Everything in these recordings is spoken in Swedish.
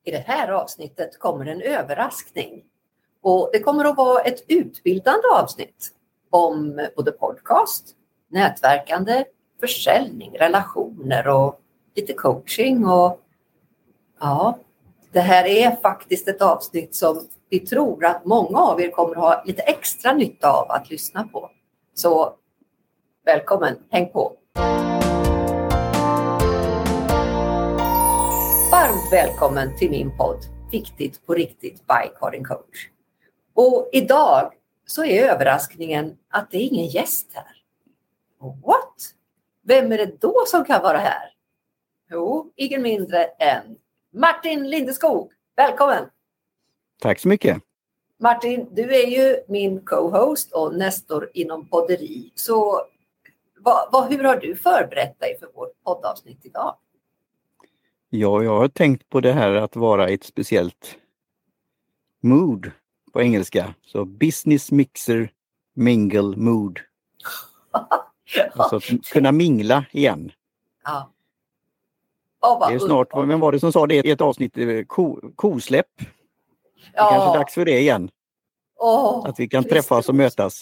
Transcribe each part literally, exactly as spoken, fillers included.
I det här avsnittet kommer en överraskning. Och det kommer att vara ett utbildande avsnitt om både podcast, nätverkande, försäljning, relationer och lite coaching. Och ja, det här är faktiskt ett avsnitt som vi tror att många av er kommer att ha lite extra nytta av att lyssna på. Så välkommen, häng på! Varmt välkommen till min podd Viktigt på riktigt by Karin Coach. Och idag så är överraskningen att det är ingen gäst här. What? Vem är det då som kan vara här? Jo, ingen mindre än Martin Lindeskog. Välkommen! Tack så mycket. Martin, du är ju min co-host och nestor inom podderi. Så vad, vad, hur har du förberett dig för vårt poddavsnitt idag? Ja, jag har tänkt på det här att vara i ett speciellt mood på engelska. Så business mixer mingle mood. Alltså att kunna mingla igen. Ja. Oh, det är snart, vem var det som sa det i ett avsnitt, ko, kosläpp? Det är ja. kanske dags för det igen. Oh, att vi kan Christer träffas och Olsson. mötas.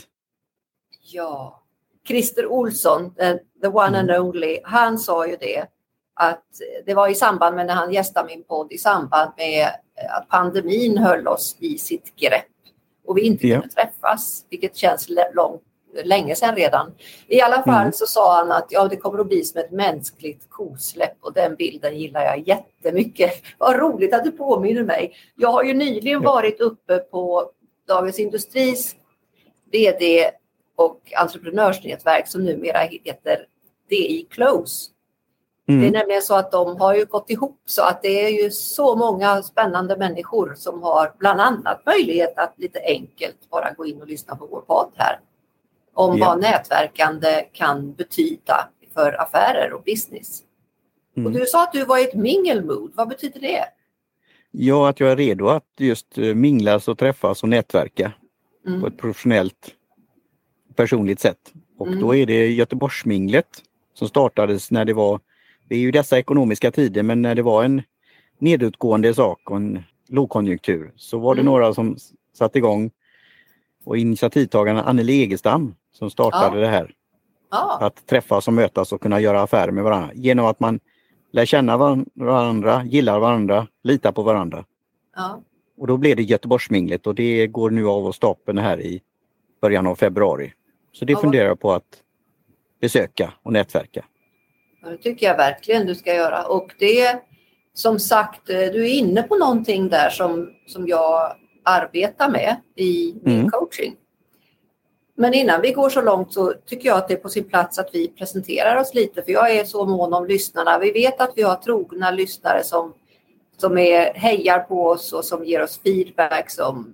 Ja, Christer Olsson, the, the one and only, han sa ju det. Att det var i samband med när han gästade min podd i samband med att pandemin höll oss i sitt grepp. Och vi inte ja. kunde träffas, vilket känns långt, länge sedan redan. I alla fall mm. så sa han att ja, det kommer att bli som ett mänskligt kosläpp och den bilden gillar jag jättemycket. Vad roligt att du påminner mig. Jag har ju nyligen ja. varit uppe på Dagens Industris V D och entreprenörsnätverk som numera heter D I Close. Mm. Det är nämligen så att de har ju gått ihop så att det är ju så många spännande människor som har bland annat möjlighet att lite enkelt bara gå in och lyssna på vår podd här. Om ja. vad nätverkande kan betyda för affärer och business. Mm. Och du sa att du var i ett mingelmood. Vad betyder det? Ja, att jag är redo att just minglas och träffas och nätverka mm. på ett professionellt, personligt sätt. Och mm. då är det Göteborgsminglet som startades när det var, det är ju dessa ekonomiska tider, men när det var en nedutgående sak och en lågkonjunktur så var det mm. några som satte igång och initiativtagarna Anneli Egestam som startade ja. det här. Ja. Att träffas och mötas och kunna göra affärer med varandra genom att man lär känna varandra, gillar varandra, litar på varandra. Ja. Och då blev det Göteborgsminglet och det går nu av och stapeln här i början av februari. Så det ja. funderar jag på att besöka och nätverka. Ja, det tycker jag verkligen du ska göra. Och det, som sagt, du är inne på någonting där som, som jag arbetar med i min mm. coaching. Men innan vi går så långt så tycker jag att det är på sin plats att vi presenterar oss lite. För jag är så mån om lyssnarna. Vi vet att vi har trogna lyssnare som, som är, hejar på oss och som ger oss feedback som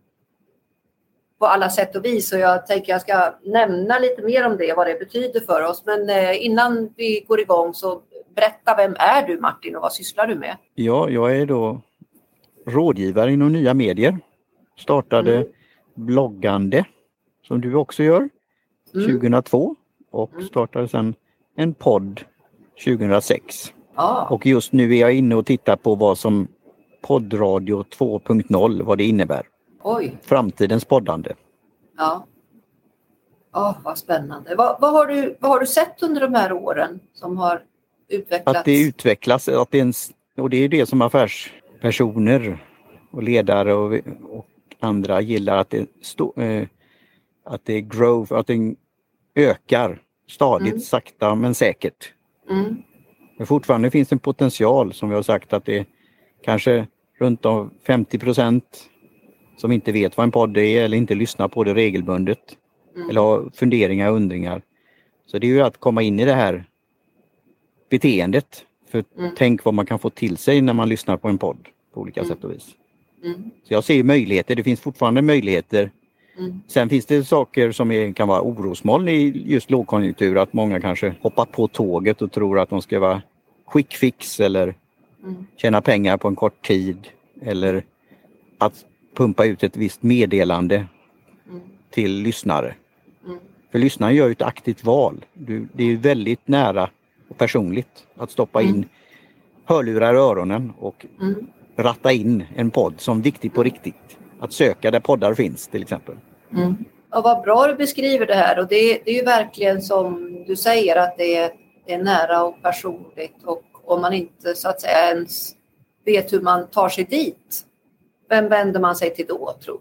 på alla sätt och vis. Så jag tänker jag ska nämna lite mer om det, vad det betyder för oss. Men eh, innan vi går igång så berätta, vem är du Martin och vad sysslar du med? Ja, jag är då rådgivare inom nya medier. Startade mm. bloggande som du också gör mm. tjugohundratvå och mm. startade sedan en podd tjugohundrasex. Ah. Och just nu är jag inne och tittar på vad som poddradio två punkt noll, vad det innebär. Oj. Framtidens poddande. Ja. Åh, oh, vad spännande. Vad, vad, har du, vad har du sett under de här åren som har utvecklats? Att det utvecklas, att det är en, och det är det som affärspersoner och ledare och, och andra gillar, att det, stå, eh, att det grow, att det ökar stadigt, mm. sakta men säkert. Mm. Men fortfarande finns en potential som vi har sagt att det kanske runt om femtio procent som inte vet vad en podd är eller inte lyssnar på det regelbundet. Mm. Eller har funderingar och undringar. Så det är ju att komma in i det här beteendet. För mm. tänk vad man kan få till sig när man lyssnar på en podd på olika mm. sätt och vis. Mm. Så jag ser möjligheter, det finns fortfarande möjligheter. Mm. Sen finns det saker som är, kan vara orosmoln i just lågkonjunktur. Att många kanske hoppar på tåget och tror att de ska vara quick fix eller mm. tjäna pengar på en kort tid. Eller att pumpa ut ett visst meddelande mm. till lyssnare. Mm. För lyssnaren gör ju ett aktivt val. Du, det är ju väldigt nära och personligt att stoppa in mm. hörlurar i öronen och mm. ratta in en podd som viktig på riktigt. Att söka där poddar finns till exempel. Mm. Ja, vad bra du beskriver det här och det, det är ju verkligen som du säger att det är, det är nära och personligt och om man inte så att säga ens vet hur man tar sig dit, vem vänder man sig till då tror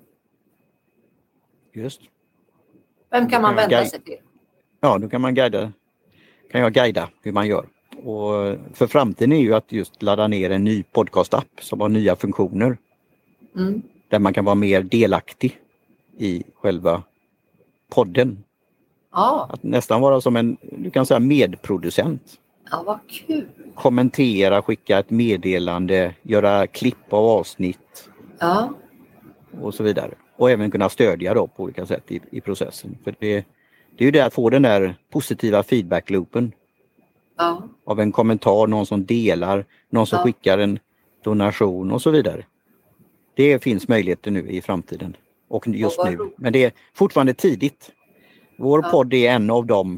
du? Just. Vem kan man kan vända guide... sig till? Ja, då kan man guida, kan jag guida hur man gör. Och för framtiden är ju att just ladda ner en ny podcast-app som har nya funktioner. Mm. Där man kan vara mer delaktig i själva podden. Ja. Att nästan vara som en, du kan säga medproducent. Ja, vad kul. Kommentera, skicka ett meddelande, göra klipp av avsnitt. Ja. Och så vidare. Och även kunna stödja då på olika sätt i, i processen. För det, det är ju det att få den där positiva feedback-loopen. Ja. Av en kommentar, någon som delar, någon som Ja. skickar en donation och så vidare. Det finns möjligheter nu i framtiden. Och just Och nu. roligt. Men det är fortfarande tidigt. Vår Ja. podd är en av dem.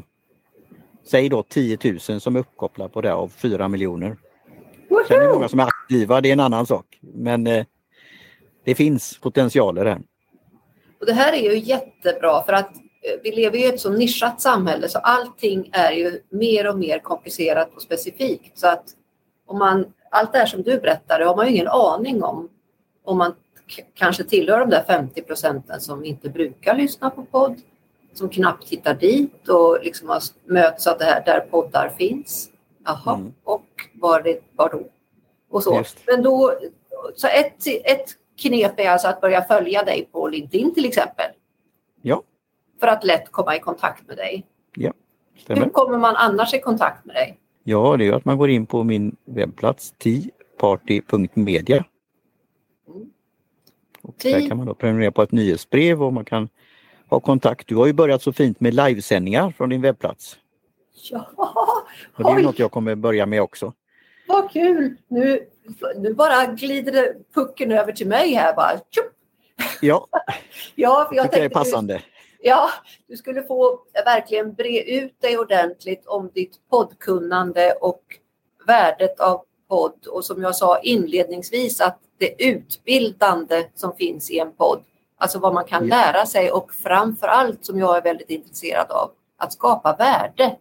Säg då tio tusen som är uppkopplade på det av fyra miljoner. Sen är det många som är aktiva, det är en annan sak. Men eh, det finns potentialer här. Och det här är ju jättebra för att eh, vi lever i ett så nischat samhälle så allting är ju mer och mer komplicerat och specifikt. Så att om man, allt det här som du berättade har man ju ingen aning om. Om man k- kanske tillhör de där femtio procenten som inte brukar lyssna på podd. Som knappt hittar dit och liksom har möts av det här där poddar finns. Jaha, Mm. och var det var då? Och så. Just. Men då, så ett, ett knep är alltså att börja följa dig på LinkedIn till exempel. Ja, För att lätt komma i kontakt med dig. ja, Hur stämmer. kommer man annars i kontakt med dig? Ja, det är ju att man går in på min webbplats tea party punkt media. Mm. Och Tea. där kan man då prenumerera på ett nyhetsbrev och man kan ha kontakt. Du har ju börjat så fint med livesändningar från din webbplats. Ja, Och det är ju oj, något jag kommer börja med också. vad kul! Nu, nu bara glider det pucken över till mig här bara. Tjup. Ja, Ja, för jag det är tänkte du, passande. ja, du skulle få verkligen bre ut dig ordentligt om ditt poddkunnande och värdet av podd. Och som jag sa inledningsvis att det utbildande som finns i en podd. Alltså vad man kan Ja. lära sig och framförallt som jag är väldigt intresserad av. Att skapa värde.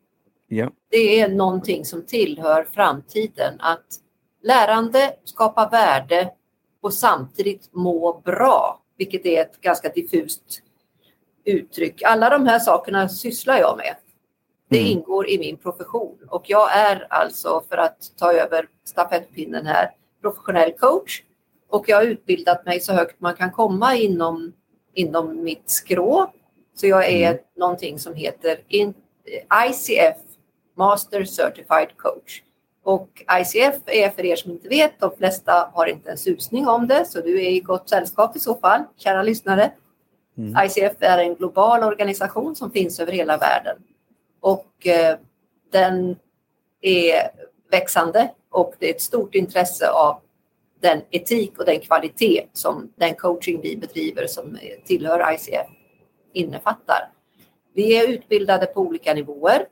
Ja, Det är någonting som tillhör framtiden. Att lärande, skapa värde och samtidigt må bra. Vilket är ett ganska diffust uttryck. Alla de här sakerna sysslar jag med. Det Mm. ingår i min profession. Och jag är alltså, för att ta över stafettpinnen här, professionell coach. Och jag har utbildat mig så högt man kan komma inom, inom mitt skrå. Så jag är Mm. någonting som heter in, I C F, Master Certified Coach. Och I C F är för er som inte vet, de flesta har inte en susning om det. Så du är i gott sällskap i så fall, kära lyssnare. Mm. I C F är en global organisation som finns över hela världen. Och eh, den är växande och det är ett stort intresse av den etik och den kvalitet som den coaching vi bedriver som tillhör I C F innefattar. Vi är utbildade på olika nivåer.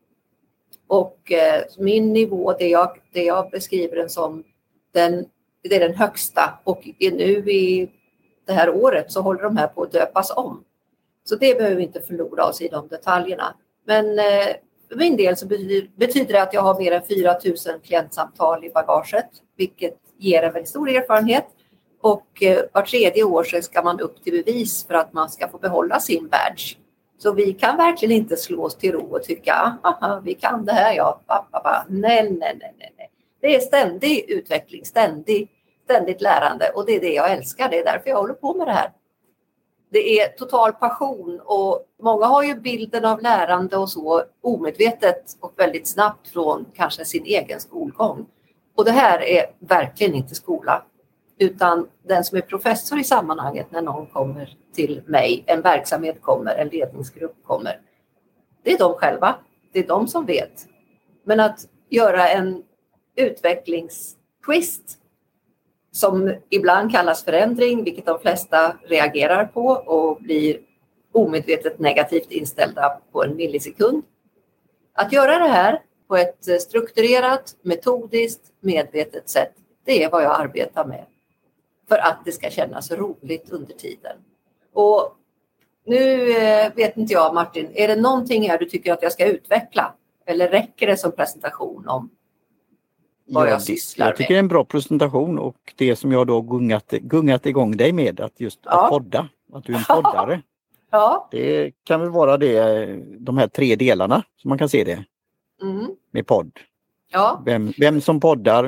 Och eh, min nivå, det jag, det jag beskriver den som, den, det är den högsta. Och nu i det här året så håller de här på att döpas om. Så det behöver vi inte förlora oss i de detaljerna. Men eh, för min del så betyder, betyder det att jag har mer än fyra tusen klientsamtal i bagaget. Vilket ger en väldigt stor erfarenhet. Och eh, var tredje år så ska man upp till bevis för att man ska få behålla sin badge. Så vi kan verkligen inte slå oss till ro och tycka aha, vi kan det här, ja. Pappa. Nej, nej, nej, nej. Det är ständig utveckling, ständig, ständigt lärande och det är det jag älskar. Det är därför jag håller på med det här. Det är total passion och många har ju bilden av lärande och så omedvetet och väldigt snabbt från kanske sin egen skolgång. Och det här är verkligen inte skola. Utan den som är professor i sammanhanget när någon kommer till mig, en verksamhet kommer, en ledningsgrupp kommer. Det är de själva, det är de som vet. Men att göra en utvecklingstvist som ibland kallas förändring, vilket de flesta reagerar på och blir omedvetet negativt inställda på en millisekund. Att göra det här på ett strukturerat, metodiskt, medvetet sätt, Det är vad jag arbetar med. För att det ska kännas roligt under tiden. Och nu vet inte jag, Martin, är det någonting här du tycker att jag ska utveckla? Eller räcker det som presentation om vad ja, jag sysslar med? Jag tycker det är en bra presentation och det som jag då gungat, gungat igång dig med, att just ja. att podda, att du är en poddare. Ja. Det kan väl vara det, de här tre delarna som man kan se det mm. med podd. Ja. Vem, vem som poddar,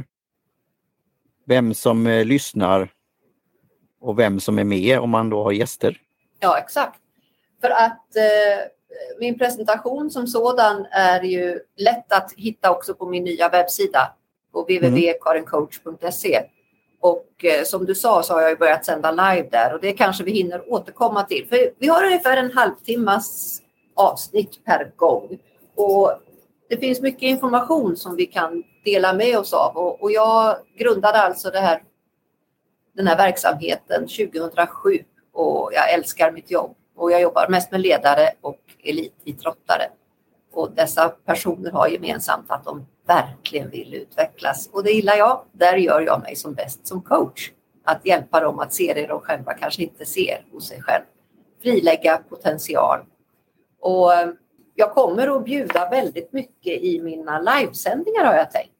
vem som eh, lyssnar och vem som är med om man då har gäster. Ja, exakt. För att eh, min presentation som sådan är ju lätt att hitta också på min nya webbsida på w w w punkt karin coach punkt se. Och eh, som du sa så har jag ju börjat sända live där och det kanske vi hinner återkomma till. För vi har ungefär en halvtimmas avsnitt per gång. Och det finns mycket information som vi kan dela med oss av. Och, och jag grundade alltså det här, den här verksamheten tjugohundrasju och jag älskar mitt jobb. Och jag jobbar mest med ledare och elitidrottare. Och dessa personer har gemensamt att de verkligen vill utvecklas. Och det gillar jag. Där gör jag mig som bäst som coach. Att hjälpa dem att se det de själva kanske inte ser hos sig själv. Frilägga potential. Och jag kommer att bjuda väldigt mycket i mina livesändningar har jag tänkt.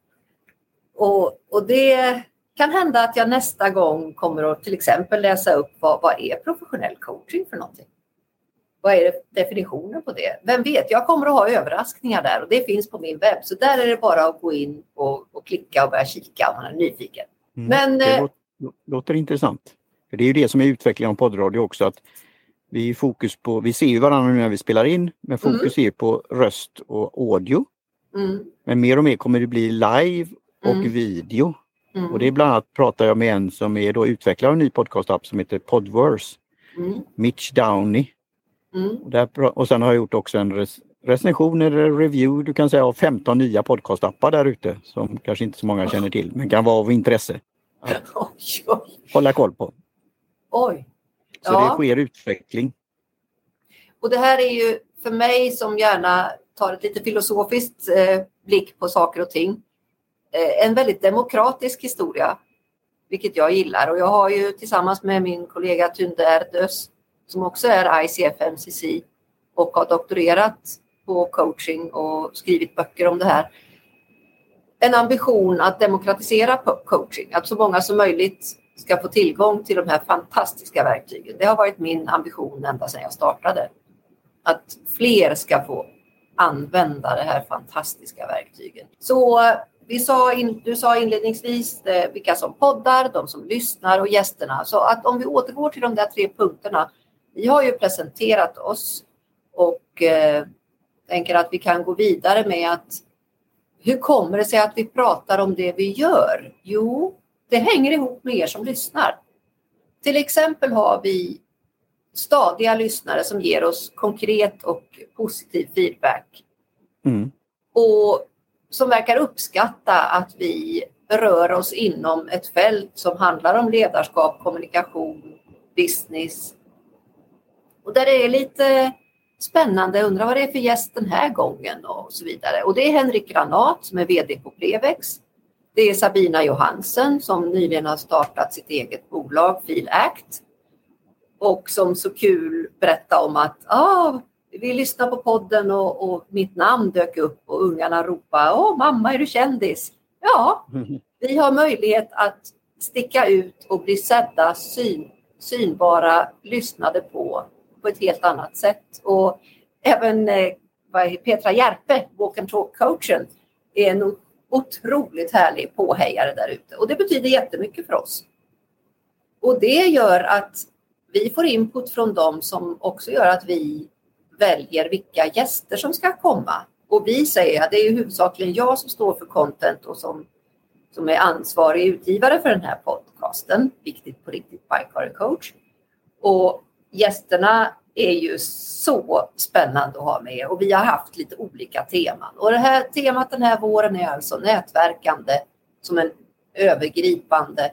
Och, och det kan hända att jag nästa gång kommer att till exempel läsa upp vad, vad är professionell coaching för någonting. Vad är definitionen på det? Vem vet, jag kommer att ha överraskningar där och det finns på min webb. Så där är det bara att gå in och, och klicka och börja kika om man är nyfiken. Mm, Men, det eh, låter, låter intressant. För det är ju det som är utvecklingen av poddradio också. Att vi, är fokus på, vi ser ju varandra när vi spelar in, men fokus mm. är på röst och audio. Mm. Men mer och mer kommer det bli live och mm. video. Mm. Och det är bland annat pratar jag med en som är då utvecklare av en ny podcastapp som heter Podverse. Mm. Mitch Downey. Mm. Och, där, och sen har jag gjort också en res, recension eller review, du kan säga, av femton nya podcastappar där ute som kanske inte så många känner till, men kan vara av intresse att oj, oj. hålla koll på. Oj. Så ja. det sker utveckling. Och det här är ju för mig som gärna tar ett lite filosofiskt eh, blick på saker och ting. Eh, en väldigt demokratisk historia, vilket jag gillar. Och jag har ju tillsammans med min kollega Tunde Erdös som också är I C F M C C och har doktorerat på coaching och skrivit böcker om det här. En ambition att demokratisera coaching, att så många som möjligt ska få tillgång till de här fantastiska verktygen. Det har varit min ambition ända sedan jag startade. Att fler ska få använda det här fantastiska verktygen. Så vi sa in, du sa inledningsvis eh, vilka som poddar, de som lyssnar och gästerna. Så att om vi återgår till de där tre punkterna. Vi har ju presenterat oss och eh, tänker att vi kan gå vidare med att hur kommer det sig att vi pratar om det vi gör? Jo, det hänger ihop med er som lyssnar. Till exempel har vi stadiga lyssnare som ger oss konkret och positiv feedback. Mm. Och som verkar uppskatta att vi rör oss inom ett fält som handlar om ledarskap, kommunikation, business. Och där det är lite spännande, undrar vad det är för gäst den här gången och så vidare. Och det är Henrik Granat som är vd på Prevex. Det är Sabina Johansen som nyligen har startat sitt eget bolag Feel Act. Och som så kul berättar om att ah, vi lyssnar på podden och, och mitt namn dök upp och ungarna ropar åh mamma är du kändis? Ja, vi har möjlighet att sticka ut och bli sedda, syn, synbara, lyssnade på på ett helt annat sätt. Och även eh, Petra Järpe, Walk and Talk coachen, är en otroligt härlig påhejare där ute. Och det betyder jättemycket för oss. Och det gör att vi får input från dem som också gör att vi väljer vilka gäster som ska komma. Och vi säger att det är huvudsakligen jag som står för content och som, som är ansvarig utgivare för den här podcasten. Viktigt på riktigt by Karin Coach. Och gästerna är ju så spännande att ha med och vi har haft lite olika teman. Och det här temat den här våren är alltså nätverkande som en övergripande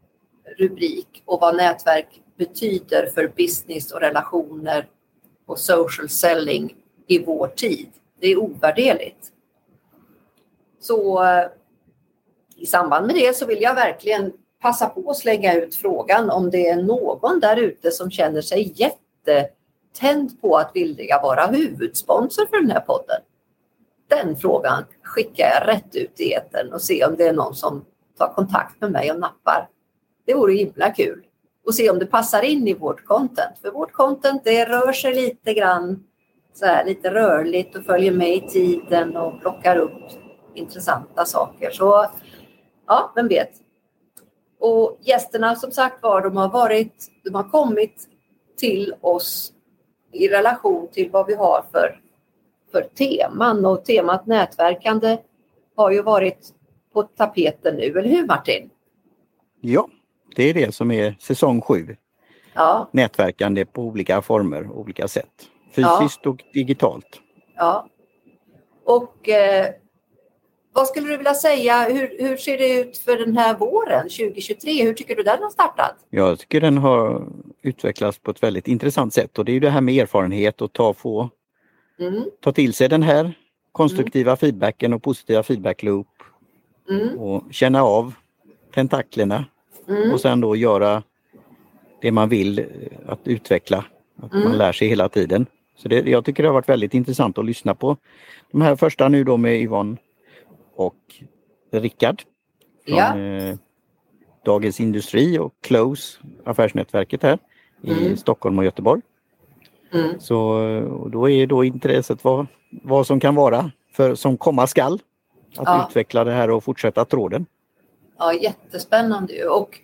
rubrik och vad nätverk betyder för business och relationer och social selling i vår tid. Det är ovärderligt. Så i samband med det så vill jag verkligen passa på att slänga ut frågan om det är någon där ute som känner sig jättetänd på att vilja vara huvudsponsor för den här podden. Den frågan skickar jag rätt ut i etern och se om det är någon som tar kontakt med mig och nappar. Det vore himla kul. Och se om det passar in i vårt content. För vårt content det rör sig lite grann så här, lite rörligt och följer med i tiden och plockar upp intressanta saker. Så ja, vem vet. Och gästerna som sagt var, de har varit, de har kommit till oss i relation till vad vi har för, för teman. Och temat nätverkande har ju varit på tapeten nu, eller hur Martin? Ja, det är det som är säsong sju. Ja. Nätverkande på olika former, olika sätt. Fysiskt ja. Och digitalt. Ja. Och eh, vad skulle du vilja säga, hur, hur ser det ut för den här våren tjugohundratjugotre? Hur tycker du den har startat? Jag tycker den har utvecklats på ett väldigt intressant sätt. Och det är ju det här med erfarenhet och ta, få, mm. ta till sig den här konstruktiva mm. feedbacken och positiva feedback loop. Mm. Och känna av tentaklerna. Mm. Och sen då göra det man vill att utveckla. Att mm. man lär sig hela tiden. Så det, jag tycker det har varit väldigt intressant att lyssna på de här första nu då med Yvonne och Rickard från ja. eh, Dagens Industri och Close, affärsnätverket här mm. i Stockholm och Göteborg. Mm. Så och då är då intresset vad, vad som kan vara för, som komma skall. Att ja. utveckla det här och fortsätta tråden. Ja, jättespännande. Och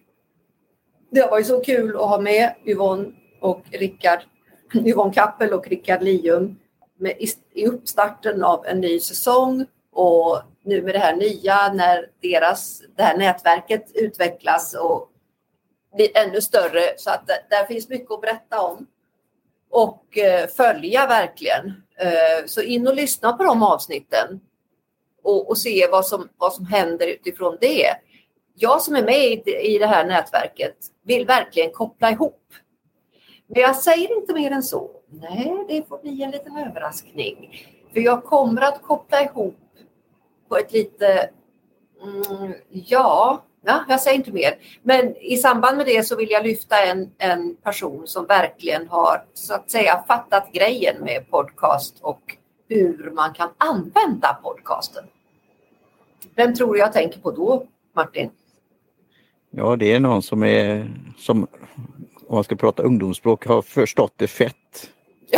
det var ju så kul att ha med Yvonne och Rickard, Yvonne Kappel och Rickard Lium med i, i uppstarten av en ny säsong. Och nu med det här nya när deras, det här nätverket utvecklas och blir ännu större. Så att där, där finns mycket att berätta om. Och eh, följa verkligen. Eh, så in och lyssna på de avsnitten. Och, och se vad som, vad som händer utifrån det. Jag som är med i, i det här nätverket vill verkligen koppla ihop. Men jag säger inte mer än så. Nej, det får bli en liten överraskning. För jag kommer att koppla ihop på ett lite... Mm, ja, ja, jag säger inte mer. Men i samband med det så vill jag lyfta en, en person som verkligen har så att säga fattat grejen med podcast och hur man kan använda podcasten. Vem tror jag tänker på då, Martin? Ja, det är någon som är, som om man ska prata ungdomsspråk, har förstått det fett.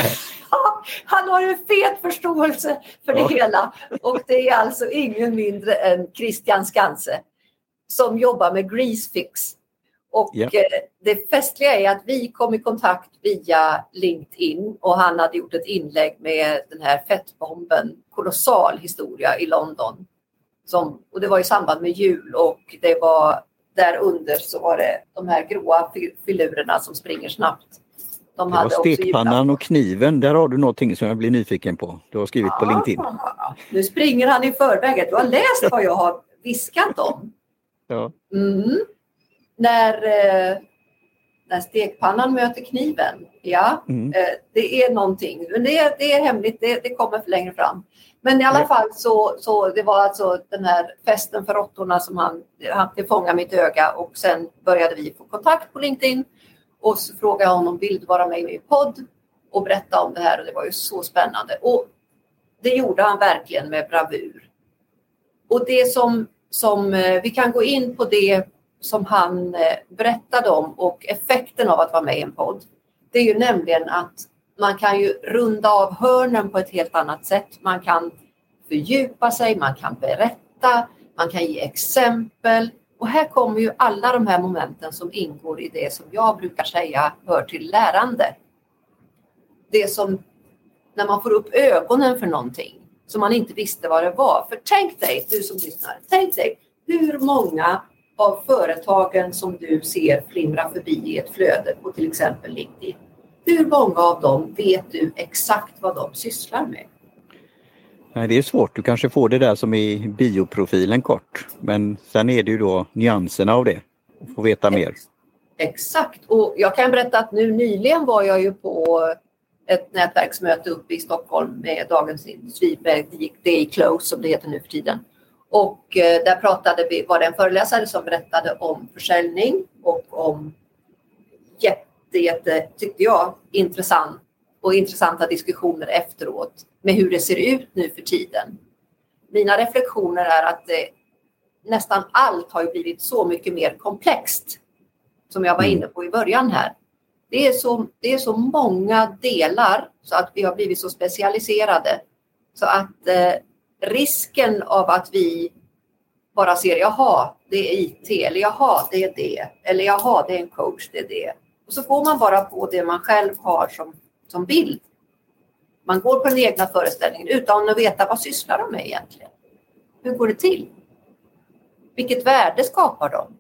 Han har en fet förståelse för det ja. hela. Och det är alltså ingen mindre än Christian Skanse som jobbar med Greasefix. Och ja. det festliga är att vi kom i kontakt via LinkedIn och han hade gjort ett inlägg med den här fettbomben, kolossal historia i London. Som, och det var i samband med jul och det var där under så var det de här gråa filurerna som springer snabbt. De det hade var stekpannan och kniven, där har du någonting som jag blir nyfiken på. Du har skrivit ja, på LinkedIn. Nu springer han i förväg. Du har läst vad jag har viskat om. Ja. Mm. När, eh, när stekpannan möter kniven. Ja, mm. eh, det är någonting. Men det, det är hemligt, det, det kommer för längre fram. Men i alla ja. fall så, så det var alltså den här festen för råttorna som han, han det fångade mitt öga. Och sen började vi få kontakt på LinkedIn. Och så frågade jag honom, vill du vara med i min podd? Och berätta om det här. Och det var ju så spännande. Och det gjorde han verkligen med bravur. Och det som, som vi kan gå in på det som han berättade om och effekten av att vara med i en podd. Det är ju nämligen att man kan ju runda av hörnen på ett helt annat sätt. Man kan fördjupa sig, man kan berätta, man kan ge exempel. Och här kommer ju alla de här momenten som ingår i det som jag brukar säga hör till lärande. Det som när man får upp ögonen för någonting som man inte visste vad det var. För tänk dig, du som lyssnar, tänk dig hur många av företagen som du ser flimra förbi i ett flöde på till exempel LinkedIn. Hur många av dem vet du exakt vad de sysslar med? Nej, det är svårt. Du kanske får det där som är i bioprofilen kort. Men sen är det ju då nyanserna av det. Få veta Ex- mer. Exakt. Och jag kan berätta att nu nyligen var jag ju på ett nätverksmöte uppe i Stockholm med Dagens Industri. Det är Close som det heter nu för tiden. Och eh, där pratade vi, var det en föreläsare som berättade om försäljning och om jätte, jätte, tyckte jag, intressant och intressanta diskussioner efteråt med hur det ser ut nu för tiden. Mina reflektioner är att det, nästan allt har ju blivit så mycket mer komplext som jag var inne på i början här. Det är så, det är så många delar så att vi har blivit så specialiserade så att eh, risken av att vi bara ser jaha, det är I T eller jaha, det är det eller jaha, det är en coach, det är det. Och så går man bara på det man själv har som, som bild. Man går på den egna föreställningen utan att veta vad sysslar de med egentligen. Hur går det till? Vilket värde skapar de?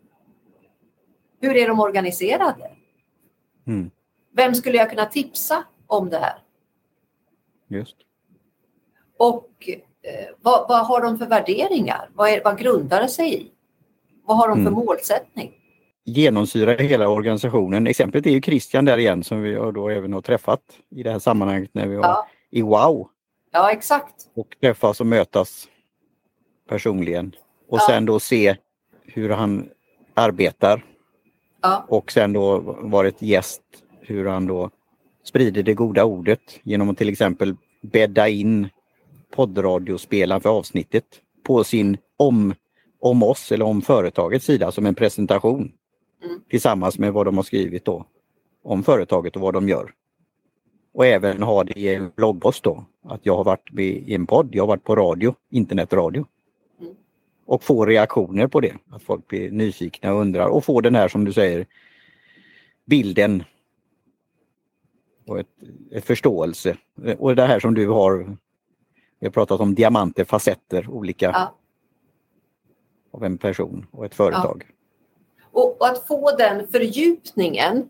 Hur är de organiserade? Mm. Vem skulle jag kunna tipsa om det här? Just. Och eh, vad, vad har de för värderingar? Vad, är, vad grundar det sig i? Vad har de för mm. målsättning? Genomsyrar hela organisationen. Exemplet är ju Christian där igen som vi då även har träffat i det här sammanhanget när vi var ja. i Wow. Ja, exakt. Och träffas och mötas personligen. Och ja. sen då se hur han arbetar. Ja. Och sen då varit gäst hur han då sprider det goda ordet genom att till exempel bädda in poddradiospelaren för avsnittet på sin om, om oss eller om företagets sida som en presentation. Mm. Tillsammans med vad de har skrivit då om företaget och vad de gör. Och även ha det i en bloggpost då. Att jag har varit i en podd, jag har varit på radio, internetradio. Mm. Och få reaktioner på det. Att folk blir nyfikna och undrar. Och få den här som du säger bilden. Och ett, ett förståelse. Och det här som du har vi har pratat om diamanter, facetter, olika ja. av en person och ett företag. Ja. Och, och att få den fördjupningen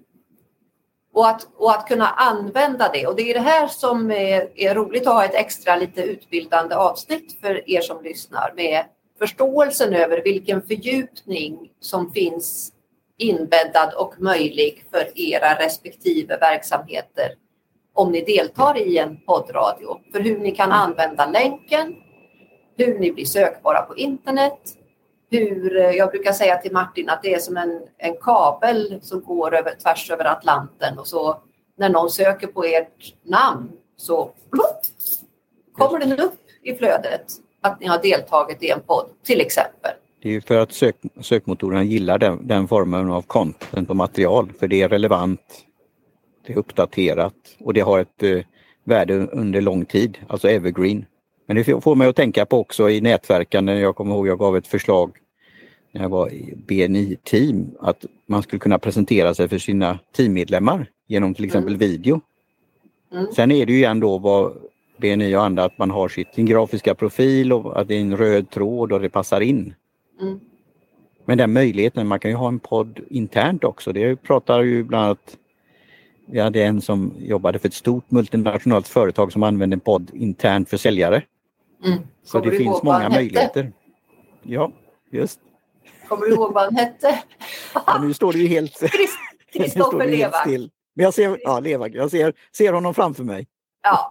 och att, och att kunna använda det. Och det är det här som är, är roligt att ha ett extra lite utbildande avsnitt för er som lyssnar. Med förståelsen över vilken fördjupning som finns inbäddad och möjlig för era respektive verksamheter. Om ni deltar i en poddradio. För hur ni kan använda länken. Hur ni blir sökbara på internet. Hur, jag brukar säga till Martin att det är som en, en kabel som går över, tvärs över Atlanten. Och så när någon söker på ert namn så plopp, kommer den upp i flödet. Att ni har deltagit i en podd till exempel. Det är ju för att sök, sökmotorerna gillar den, den formen av content och material. För det är relevant. Det är uppdaterat och det har ett eh, värde under lång tid, alltså evergreen. Men det får mig att tänka på också i nätverkan, när jag kommer ihåg jag gav ett förslag när jag var i B N I-team att man skulle kunna presentera sig för sina teammedlemmar genom till exempel mm. video. Mm. Sen är det ju igen då vad B N I och andra att man har sitt, sin grafiska profil och att det är en röd tråd och det passar in. Mm. Men den möjligheten, man kan ju ha en podd internt också. Det pratar ju bland annat vi hade en som jobbade för ett stort multinationellt företag som använde en podd internt för säljare. Mm. Så det finns många möjligheter. Ja, just. Kommer du ihåg vad han hette? Ja, nu står det ju helt Kristoffer Levak. Men jag ser, ja, Levak. Jag ser, ser honom framför mig. Ja.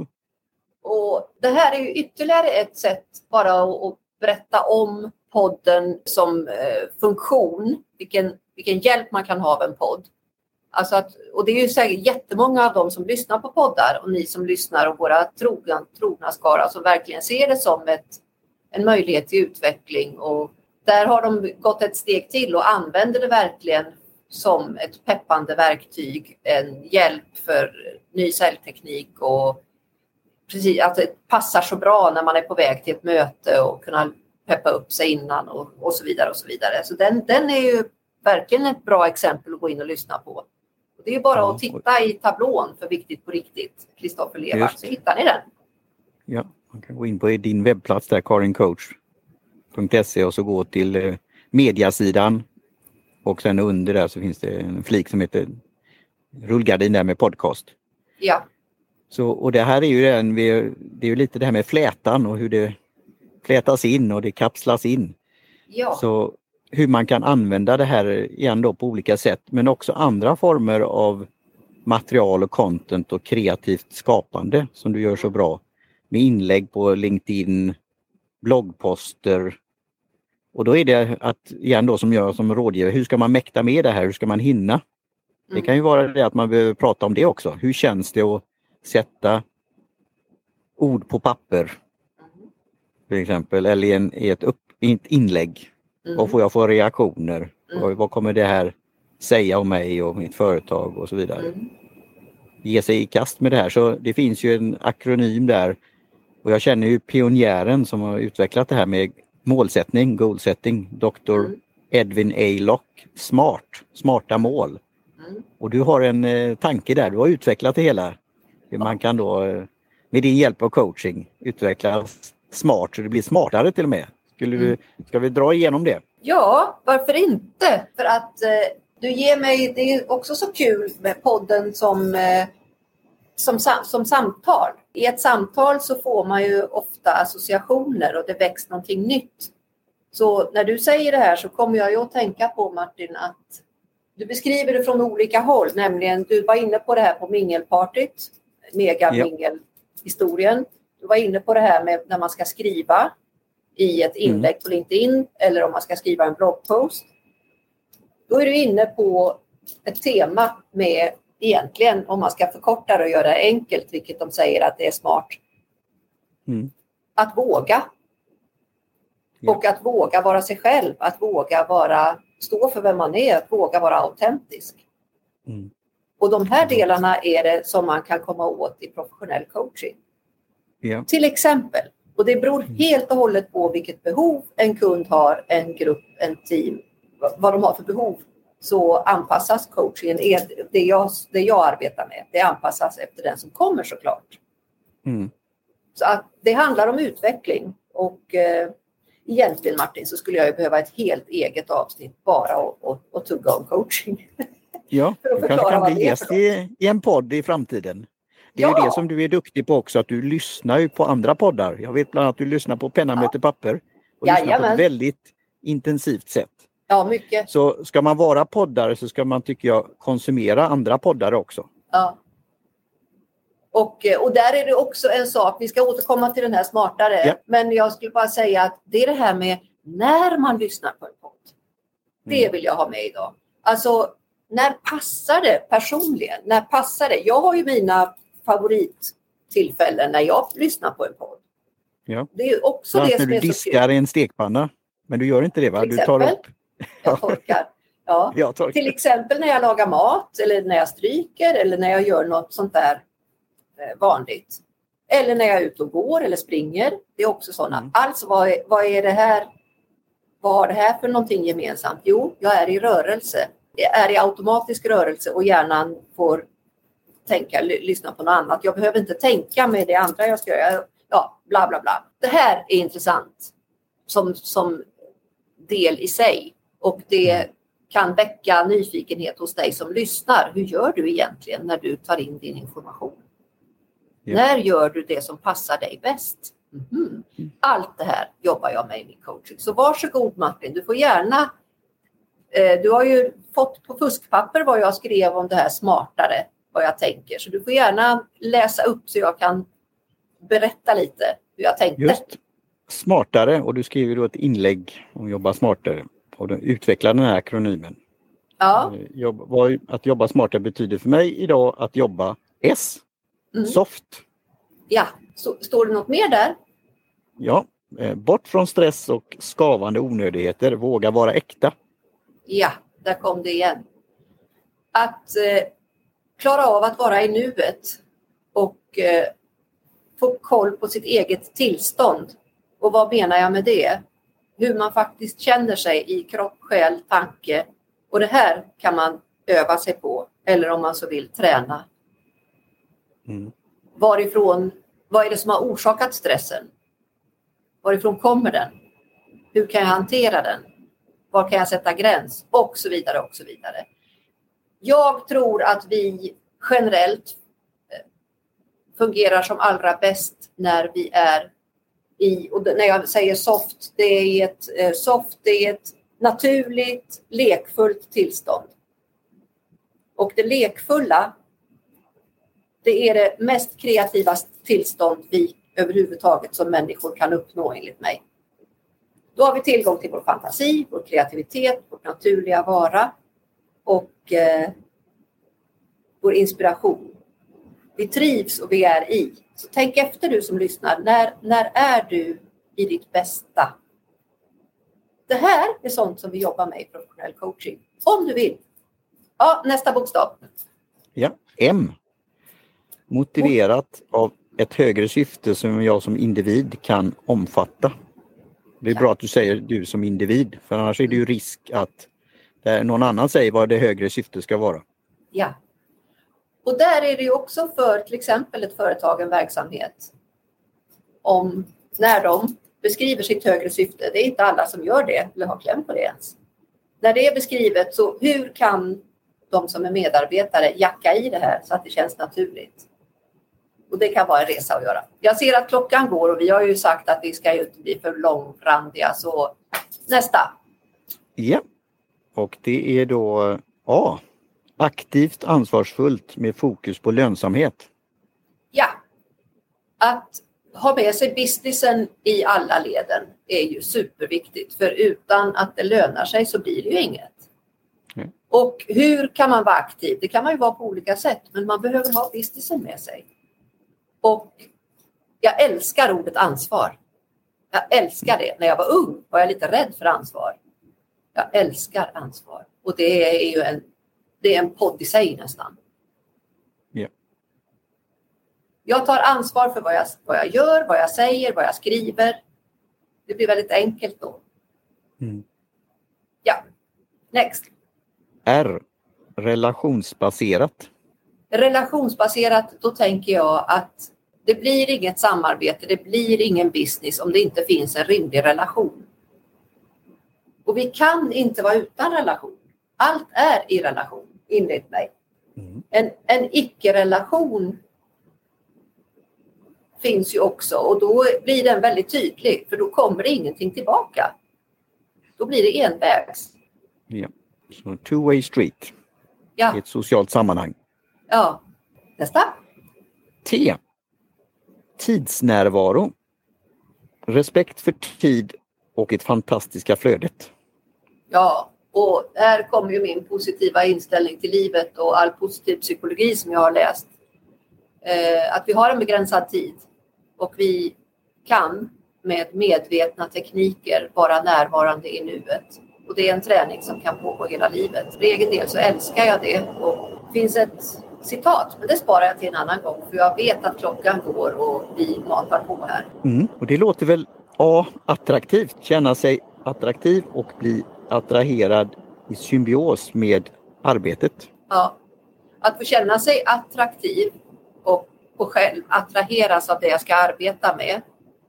Och det här är ju ytterligare ett sätt bara att, att berätta om podden som eh, funktion. Vilken, vilken hjälp man kan ha av en podd. Alltså att, och det är ju säkert jättemånga av dem som lyssnar på poddar och ni som lyssnar och våra trogna, trogna skara som verkligen ser det som ett, en möjlighet till utveckling. Och där har de gått ett steg till och använder det verkligen som ett peppande verktyg, en hjälp för ny säljteknik och precis att det passar så bra när man är på väg till ett möte och kunna peppa upp sig innan och, och så vidare och så vidare. Så den, den är ju verkligen ett bra exempel att gå in och lyssna på. Det är bara ja, att titta i tablån för Viktigt på riktigt, Kristoffer Levak, så hittar ni den. Ja, man kan gå in på din webbplats där, karin coach punkt se och så gå till eh, mediasidan och sen under där så finns det en flik som heter rullgardin där med podcast. Ja. Så, och det här är ju den, det är ju lite det här med flätan och hur det flätas in och det kapslas in. Ja. Så hur man kan använda det här igen då på olika sätt, men också andra former av material och content och kreativt skapande som du gör så bra med inlägg på LinkedIn, bloggposter, Och då är det att, igen då som jag som rådgivare, hur ska man mäkta med det här? Hur ska man hinna? Mm. Det kan ju vara det att man behöver prata om det också. Hur känns det att sätta ord på papper? Till exempel, eller i, en, i ett, upp, i ett inlägg. Mm. Vad får jag för reaktioner? Mm. Och vad kommer det här säga om mig och mitt företag och så vidare? Mm. Ge sig i kast med det här. Så det finns ju en akronym där. Och jag känner ju pionjären som har utvecklat det här med målsättning, goal setting, doktor Mm. Edwin A. Locke. Smart, smarta mål. Mm. Och du har en eh, tanke där, du har utvecklat det hela. Hur man kan då eh, med din hjälp av coaching utveckla smart så det blir smartare till och med. Skulle mm. du, ska vi dra igenom det? Ja, varför inte? För att eh, du ger mig, det är också så kul med podden som, eh, som, som samtal. I ett samtal så får man ju ofta associationer och det väcks någonting nytt. Så när du säger det här så kommer jag ju att tänka på, Martin, att du beskriver det från olika håll. Nämligen, du var inne på det här på mingelpartyt, mega-mingelhistorien. Du var inne på det här med när man ska skriva i ett inlägg mm. på LinkedIn eller om man ska skriva en bloggpost. Då är du inne på ett tema med egentligen, om man ska förkorta det och göra det enkelt, vilket de säger att det är smart. Mm. Att våga. Ja. Och att våga vara sig själv. Att våga vara, stå för vem man är. Att våga vara autentisk. Mm. Och de här delarna är det som man kan komma åt i professionell coaching. Ja. Till exempel. Och det beror helt och hållet på vilket behov en kund har, en grupp, en team. Vad de har för behov. Så anpassas coachingen. Det jag, det jag arbetar med. Det anpassas efter den som kommer såklart. Mm. Så att det handlar om utveckling. Och eh, egentligen, Martin, så skulle jag ju behöva ett helt eget avsnitt bara och, och, och tugga om coaching. Ja, du kanske kan bli gäst i, i en podd i framtiden. Det är ja. ju det som du är duktig på också, att du lyssnar ju på andra poddar. Jag vet bland annat att du lyssnar på Penna möter papper. Och Jajamän. lyssnar på ett väldigt intensivt sätt. Ja, mycket. Så ska man vara poddare så ska man, tycker jag, konsumera andra poddare också. Ja. Och, och där är det också en sak, vi ska återkomma till den här smartare. Ja. Men jag skulle bara säga att det är det här med när man lyssnar på en podd. Det mm. vill jag ha med idag. Alltså, när passar det personligen? När passar det? Jag har ju mina favorittillfällen när jag lyssnar på en podd. Ja. Det är också det, det som när är du diskar i en stekpanna. Men du gör inte det, va? Till du exempel, tar upp. jag torkar. Ja. jag torkar. Till exempel när jag lagar mat eller när jag stryker eller när jag gör något sånt där eh, vanligt. Eller när jag är ute och går eller springer. Det är också sådana. Mm. Alltså vad är, vad är det här? Vad har det här för någonting gemensamt? Jo, jag är i rörelse. Jag är i automatisk rörelse och hjärnan får tänka, l- lyssna på något annat. Jag behöver inte tänka med det andra jag ska göra. Ja, bla bla bla. Det här är intressant som, som del i sig. Och det kan väcka nyfikenhet hos dig som lyssnar. Hur gör du egentligen när du tar in din information? Ja. När gör du det som passar dig bäst? Mm-hmm. Allt det här jobbar jag med i min coaching. Så varsågod, Martin, du får gärna. Eh, du har ju fått på fuskpapper vad jag skrev om det här smartare. Vad jag tänker. Så du får gärna läsa upp så jag kan berätta lite hur jag tänkte. Just smartare, och du skriver då ett inlägg om att jobba smartare. Och du utvecklar den här akronymen. Ja. Jobb, vad att jobba smartare betyder för mig idag att jobba S. Mm. Soft. Ja, så, står det något mer där? Ja, eh, bort från stress och skavande onödigheter. Våga vara äkta. Ja, där kom det igen. Att eh, klara av att vara i nuet och eh, få koll på sitt eget tillstånd. Och vad menar jag med det? Hur man faktiskt känner sig i kropp, själ, tanke. Och det här kan man öva sig på. Eller om man så vill träna. Mm. Varifrån, vad är det som har orsakat stressen? Varifrån kommer den? Hur kan jag hantera den? Var kan jag sätta gräns? Och så vidare och så vidare. Jag tror att vi generellt fungerar som allra bäst när vi är i, och när jag säger soft, det är ett soft, det är ett naturligt, lekfullt tillstånd. Och det lekfulla, det är det mest kreativa tillstånd vi överhuvudtaget som människor kan uppnå enligt mig. Då har vi tillgång till vår fantasi, vår kreativitet, vår naturliga vara och eh, vår inspiration. Vi trivs och vi är i. Så tänk efter du som lyssnar. När, när är du i ditt bästa? Det här är sånt som vi jobbar med i professionell coaching. Om du vill. Ja, nästa bokstav. Ja, M. Motiverat av ett högre syfte som jag som individ kan omfatta. Det är ja. bra att du säger du som individ. För annars är det ju risk att någon annan säger vad det högre syftet ska vara. Ja. Och där är det ju också för till exempel ett företag, en verksamhet. Om när de beskriver sitt högre syfte. Det är inte alla som gör det eller har kläm på det ens. När det är beskrivet, så hur kan de som är medarbetare jacka i det här så att det känns naturligt? Och det kan vara en resa att göra. Jag ser att klockan går och vi har ju sagt att vi ska ju inte bli för långrandiga. Så nästa. Ja, och det är då A. Aktivt ansvarsfullt med fokus på lönsamhet. Ja, att ha med sig businessen i alla leden är ju superviktigt. För utan att det lönar sig så blir det ju inget. Mm. Och hur kan man vara aktiv? Det kan man ju vara på olika sätt. Men man behöver ha businessen med sig. Och jag älskar ordet ansvar. Jag älskar det. När jag var ung var jag lite rädd för ansvar. Jag älskar ansvar. Och det är ju en, det är en podd i sig nästan. Yeah. Jag tar ansvar för vad jag, vad jag gör, vad jag säger, vad jag skriver. Det blir väldigt enkelt då. Mm. Ja, next. R. Relationsbaserat. Relationsbaserat, då tänker jag att det blir inget samarbete, det blir ingen business om det inte finns en rimlig relation. Och vi kan inte vara utan relation. Allt är i relation, enligt mig. Mm. En, en icke-relation finns ju också och då blir den väldigt tydlig för då kommer det ingenting tillbaka. Då blir det envägs. Ja, så two-way street. Ja. I ett socialt sammanhang. Ja, nästa. T. Tidsnärvaro. Respekt för tid och ett fantastiska flödet. Ja, och här kommer ju min positiva inställning till livet och all positiv psykologi som jag har läst. Eh, att vi har en begränsad tid och vi kan med medvetna tekniker vara närvarande i nuet. Och det är en träning som kan pågå hela livet. För egen del så älskar jag det. Och det finns ett citat, men det sparar jag till en annan gång. För jag vet att klockan går och vi matar på här. Mm, och det låter väl A. Attraktivt. Känna sig attraktiv och bli attraherad i symbios med arbetet. Ja, att få känna sig attraktiv och, och själv attraheras av det jag ska arbeta med.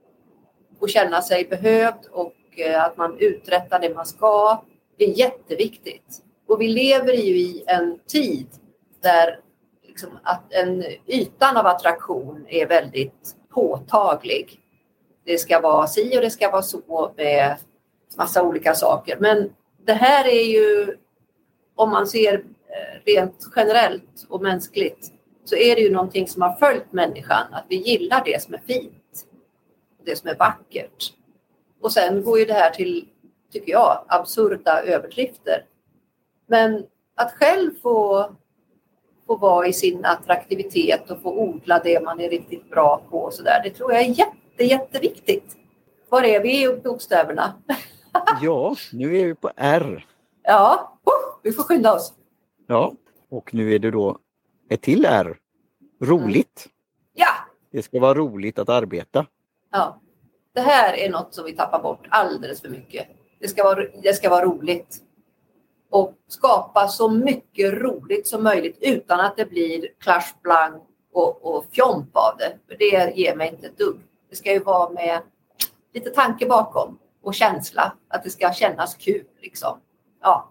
Och känna sig behövd och att man uträttar det man ska. Det är jätteviktigt. Och vi lever ju i en tid där liksom att en ytan av attraktion är väldigt påtaglig. Det ska vara si och det ska vara så med massa olika saker. Men det här är ju, om man ser rent generellt och mänskligt, så är det ju någonting som har följt människan. Att vi gillar det som är fint. Det som är vackert. Och sen går ju det här till, tycker jag, absurda överdrifter. Men att själv få, få vara i sin attraktivitet och få odla det man är riktigt bra på och så där, det tror jag är jätte, jätteviktigt. Var är vi i bokstäverna? Ja, nu är vi på R. Ja, oh, vi får skynda oss. Ja, och nu är det då ett till R. Roligt. Mm. Ja. Det ska vara roligt att arbeta. Ja. Det här är något som vi tappar bort alldeles för mycket. Det ska vara, det ska vara roligt. Och skapa så mycket roligt som möjligt utan att det blir clash blanc och, och fjomp av det. För det ger mig inte ett dugg. Det ska ju vara med lite tanke bakom och känsla. Att det ska kännas kul liksom. Ja.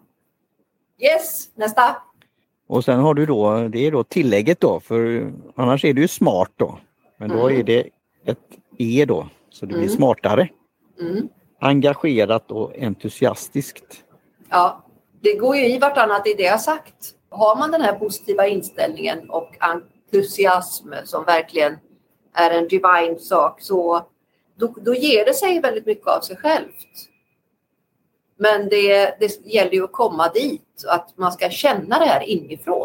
Yes, nästa. Och sen har du då, det är då tillägget då. För annars är det ju smart då. Men då mm. är det ett E då. Så det blir mm. smartare. Mm. Engagerat och entusiastiskt. Ja, det går ju i vartannat i det jag sagt. Har man den här positiva inställningen och entusiasm som verkligen är en divine sak, så då, då ger det sig väldigt mycket av sig självt. Men det, det gäller ju att komma dit. Att man ska känna det här inifrån.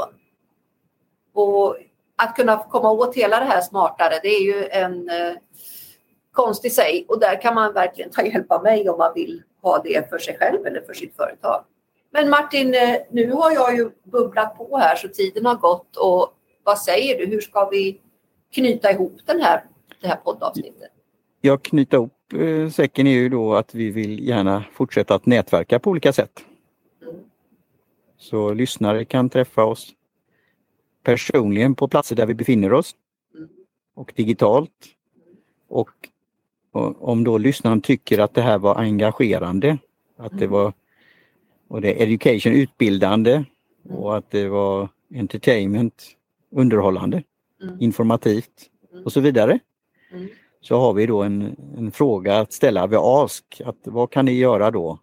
Och att kunna komma åt hela det här smartare, det är ju en eh, konst i sig. Och där kan man verkligen ta hjälp av mig om man vill ha det för sig själv eller för sitt företag. Men Martin, nu har jag ju bubblat på här så tiden har gått. Och vad säger du? Hur ska vi knyta ihop den här, det här poddavsnittet? Jag knyta ihop eh, säcken är ju då att vi vill gärna fortsätta att nätverka på olika sätt. Mm. Så lyssnare kan träffa oss personligen på platser där vi befinner oss. Mm. Och digitalt. Och, och om då lyssnaren tycker att det här var engagerande. Att mm. det var och det är education, utbildande. Mm. Och att det var entertainment, underhållande. Mm. Informativt mm. och så vidare. Mm. Så har vi då en, en fråga att ställa vid ask. Att vad kan ni göra då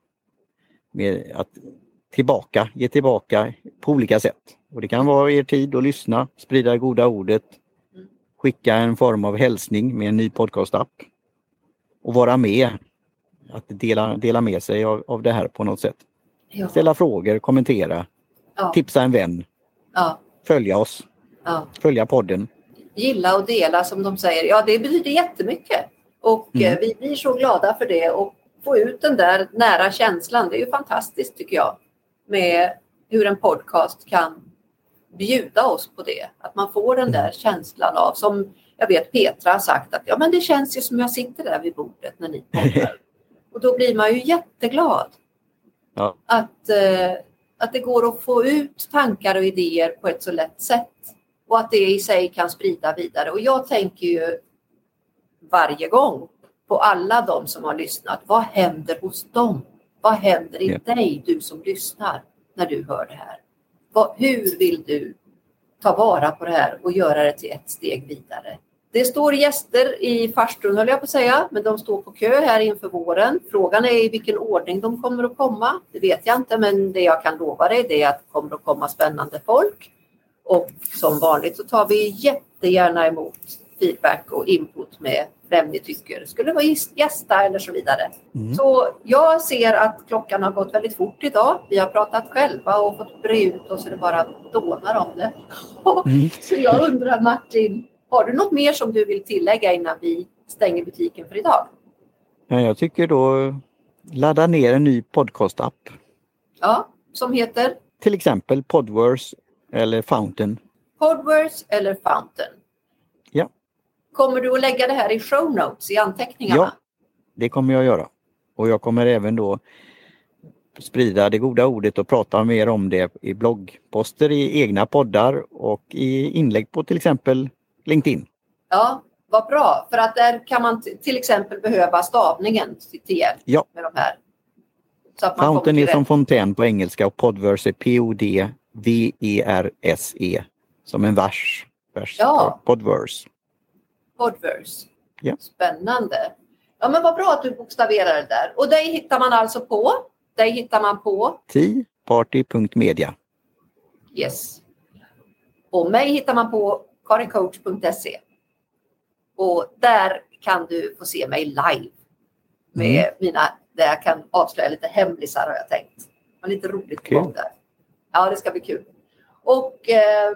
med att tillbaka, ge tillbaka på olika sätt. Och det kan vara er tid att lyssna, sprida det goda ordet, skicka en form av hälsning med en ny podcastapp och vara med, att dela, dela med sig av, av det här på något sätt. Ja. Ställa frågor, kommentera, ja. Tipsa en vän, ja. Följa oss, ja. Följa podden. Gilla och dela som de säger, ja det betyder jättemycket och mm. vi blir så glada för det och få ut den där nära känslan, det är ju fantastiskt tycker jag med hur en podcast kan bjuda oss på det, att man får den där känslan av, som jag vet Petra har sagt att ja men det känns ju som jag sitter där vid bordet när ni poddar och då blir man ju jätteglad ja. att, eh, att det går att få ut tankar och idéer på ett så lätt sätt. Och att det i sig kan sprida vidare. Och jag tänker ju varje gång på alla de som har lyssnat. Vad händer hos dem? Vad händer i yeah. dig, du som lyssnar, när du hör det här? Vad, hur vill du ta vara på det här och göra det till ett steg vidare? Det står gäster i farstun, höll jag på att säga. Men de står på kö här inför våren. Frågan är i vilken ordning de kommer att komma. Det vet jag inte, men det jag kan lova dig det är att det kommer att komma spännande folk. Och som vanligt så tar vi jättegärna emot feedback och input med vem ni tycker skulle vara gästa eller så vidare. Mm. Så jag ser att klockan har gått väldigt fort idag. Vi har pratat själva och fått bre ut oss så det bara dånar om det. Mm. Så jag undrar Martin, har du något mer som du vill tillägga innan vi stänger butiken för idag? Ja, jag tycker då ladda ner en ny podcastapp. Ja, som heter? Till exempel Podverse. Eller Fountain. Podverse eller Fountain. Ja. Kommer du att lägga det här i show notes, i anteckningarna? Ja, det kommer jag göra. Och jag kommer även då sprida det goda ordet och prata mer om det i bloggposter, i egna poddar och i inlägg på till exempel LinkedIn. Ja, vad bra. För att där kan man t- till exempel behöva stavningen till hjälp ja. Med de här. Så att man Fountain är som fontän på engelska och Podverse är P O D V E R S E som en vers. vers ja. Podverse. Podverse. Ja. Spännande. Ja men vad bra att du bokstaverar det där. Och dig hittar man alltså på? Dig hittar man på? tea party punkt media. Yes. Och mig hittar man på karin coach punkt se. Och där kan du få se mig live. Med mm. mina, där jag kan avslöja lite hemlisar har jag tänkt. Och lite roligt okay. på där. Ja, det ska bli kul. Och eh,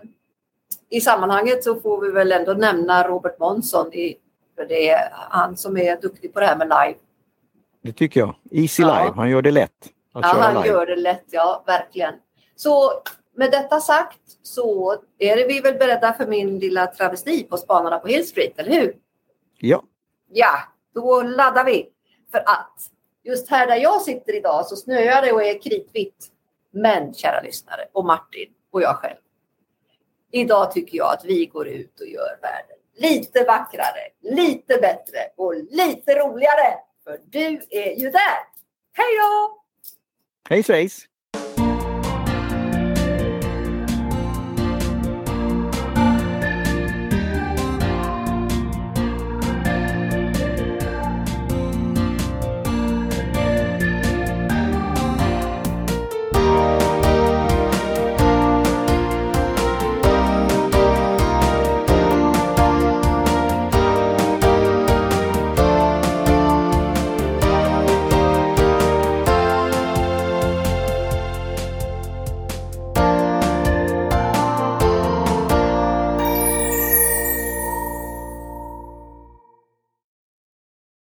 i sammanhanget så får vi väl ändå nämna Robert Månsson. I, för det är han som är duktig på det här med live. Det tycker jag. Easy ja. Live, han gör det lätt. Att ja, köra han live. gör det lätt, ja, verkligen. Så med detta sagt så är vi väl beredda för min lilla travesti på Spanarna på Hill Street, eller hur? Ja. Ja, då laddar vi. För att just här där jag sitter idag så snöar det och är kritvitt. Men kära lyssnare och Martin och jag själv. Idag tycker jag att vi går ut och gör världen lite vackrare, lite bättre och lite roligare. För du är ju där. Hej då! Hej svejs!